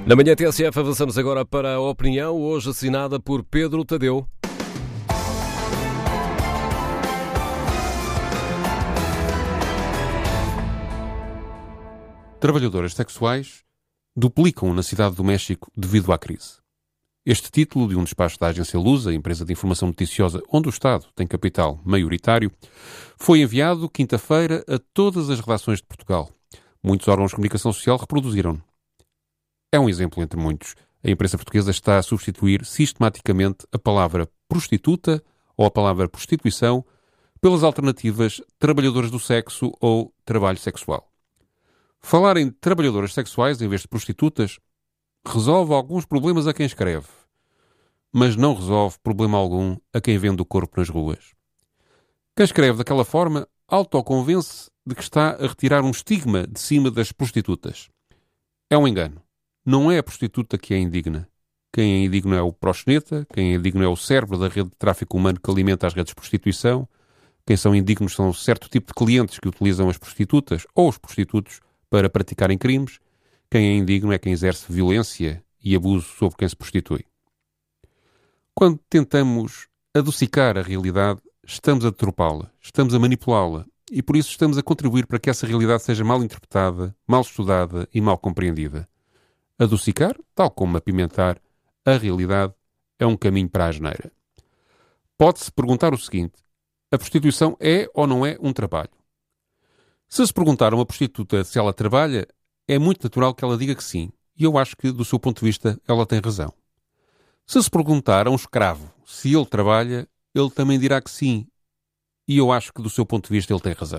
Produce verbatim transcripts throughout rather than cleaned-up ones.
Na manhã T S F avançamos agora para a opinião, hoje assinada por Pedro Tadeu. Trabalhadoras sexuais duplicam na cidade do México devido à crise. Este título de um despacho da agência Lusa, empresa de informação noticiosa onde o Estado tem capital maioritário, foi enviado quinta-feira a todas as redações de Portugal. Muitos órgãos de comunicação social reproduziram-no. É um exemplo entre muitos. A imprensa portuguesa está a substituir sistematicamente a palavra prostituta ou a palavra prostituição pelas alternativas trabalhadoras do sexo ou trabalho sexual. Falar em trabalhadoras sexuais em vez de prostitutas resolve alguns problemas a quem escreve, mas não resolve problema algum a quem vende o corpo nas ruas. Quem escreve daquela forma autoconvence de que está a retirar um estigma de cima das prostitutas. É um engano. Não é a prostituta que é indigna. Quem é indigno é o proxeneta, quem é indigno é o cérebro da rede de tráfico humano que alimenta as redes de prostituição, quem são indignos são certo tipo de clientes que utilizam as prostitutas ou os prostitutos para praticarem crimes. Quem é indigno é quem exerce violência e abuso sobre quem se prostitui. Quando tentamos adocicar a realidade, estamos a deturpá-la, estamos a manipulá-la e por isso estamos a contribuir para que essa realidade seja mal interpretada, mal estudada e mal compreendida. Adocicar, tal como apimentar, a realidade é um caminho para a asneira. Pode-se perguntar o seguinte: a prostituição é ou não é um trabalho? Se se perguntar a uma prostituta se ela trabalha, é muito natural que ela diga que sim, e eu acho que, do seu ponto de vista, ela tem razão. Se se perguntar a um escravo se ele trabalha, ele também dirá que sim, e eu acho que, do seu ponto de vista, ele tem razão.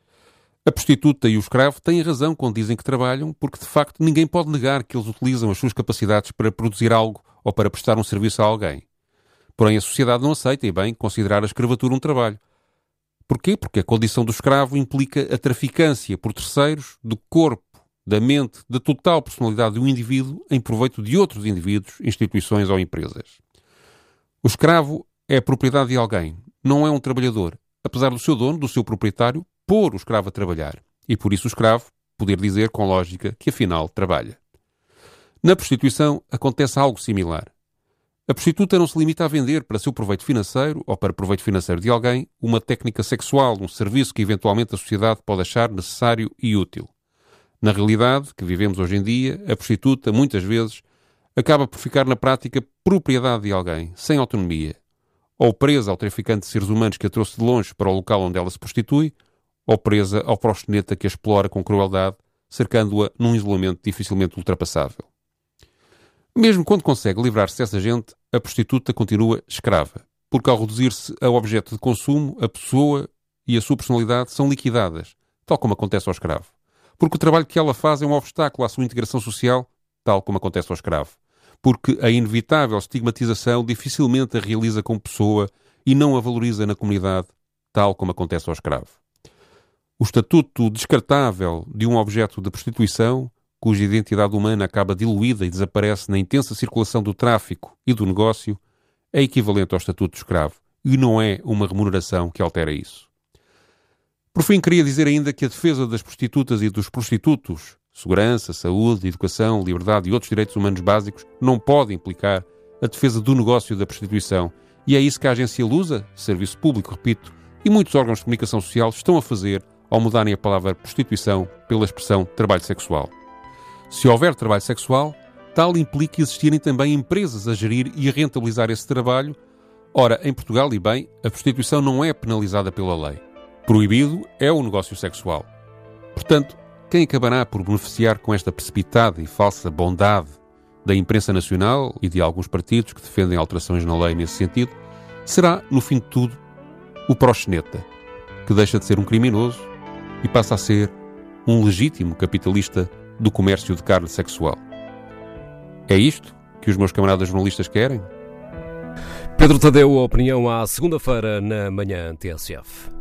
A prostituta e o escravo têm razão quando dizem que trabalham, porque, de facto, ninguém pode negar que eles utilizam as suas capacidades para produzir algo ou para prestar um serviço a alguém. Porém, a sociedade não aceita, e bem, considerar a escravatura um trabalho. Porquê? Porque a condição do escravo implica a traficância por terceiros do corpo, da mente, da total personalidade de um indivíduo em proveito de outros indivíduos, instituições ou empresas. O escravo é a propriedade de alguém, não é um trabalhador, apesar do seu dono, do seu proprietário, pôr o escravo a trabalhar. E por isso o escravo poder dizer com lógica que afinal trabalha. Na prostituição acontece algo similar. A prostituta não se limita a vender para seu proveito financeiro ou para proveito financeiro de alguém uma técnica sexual, um serviço que eventualmente a sociedade pode achar necessário e útil. Na realidade que vivemos hoje em dia, a prostituta, muitas vezes, acaba por ficar na prática propriedade de alguém, sem autonomia, ou presa ao traficante de seres humanos que a trouxe de longe para o local onde ela se prostitui, ou presa ao proxeneta que a explora com crueldade, cercando-a num isolamento dificilmente ultrapassável. Mesmo quando consegue livrar-se dessa gente, a prostituta continua escrava, porque ao reduzir-se ao objeto de consumo, a pessoa e a sua personalidade são liquidadas, tal como acontece ao escravo. Porque o trabalho que ela faz é um obstáculo à sua integração social, tal como acontece ao escravo. Porque a inevitável estigmatização dificilmente a realiza como pessoa e não a valoriza na comunidade, tal como acontece ao escravo. O estatuto descartável de um objeto de prostituição, cuja identidade humana acaba diluída e desaparece na intensa circulação do tráfico e do negócio, é equivalente ao estatuto de escravo e não é uma remuneração que altera isso. Por fim, queria dizer ainda que a defesa das prostitutas e dos prostitutos, segurança, saúde, educação, liberdade e outros direitos humanos básicos, não pode implicar a defesa do negócio da prostituição. E é isso que a agência Lusa, serviço público, repito, e muitos órgãos de comunicação social estão a fazer ao mudarem a palavra prostituição pela expressão trabalho sexual. Se houver trabalho sexual, tal implica existirem também empresas a gerir e a rentabilizar esse trabalho. Ora, em Portugal, e bem, a prostituição não é penalizada pela lei. Proibido é o negócio sexual. Portanto, quem acabará por beneficiar com esta precipitada e falsa bondade da imprensa nacional e de alguns partidos que defendem alterações na lei nesse sentido, será, no fim de tudo, o proxeneta, que deixa de ser um criminoso e passa a ser um legítimo capitalista do comércio de carne sexual. É isto que os meus camaradas jornalistas querem? Pedro Tadeu, a opinião à segunda-feira na manhã T S F.